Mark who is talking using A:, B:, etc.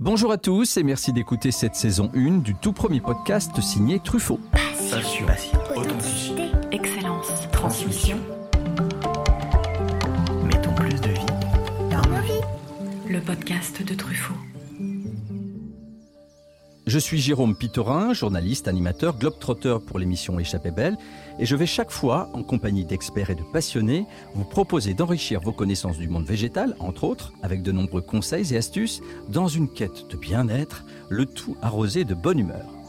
A: Bonjour à tous et merci d'écouter cette saison 1 du tout premier podcast signé Truffaut.
B: Passion, authenticité,
C: excellence,
B: transmission. Mettons plus de vie
C: dans nos vies. Le podcast de Truffaut.
A: Je suis Jérôme Pitorin, journaliste, animateur, globe-trotteur pour l'émission Échappée Belle, et je vais chaque fois, en compagnie d'experts et de passionnés, vous proposer d'enrichir vos connaissances du monde végétal, entre autres, avec de nombreux conseils et astuces, dans une quête de bien-être, le tout arrosé de bonne humeur.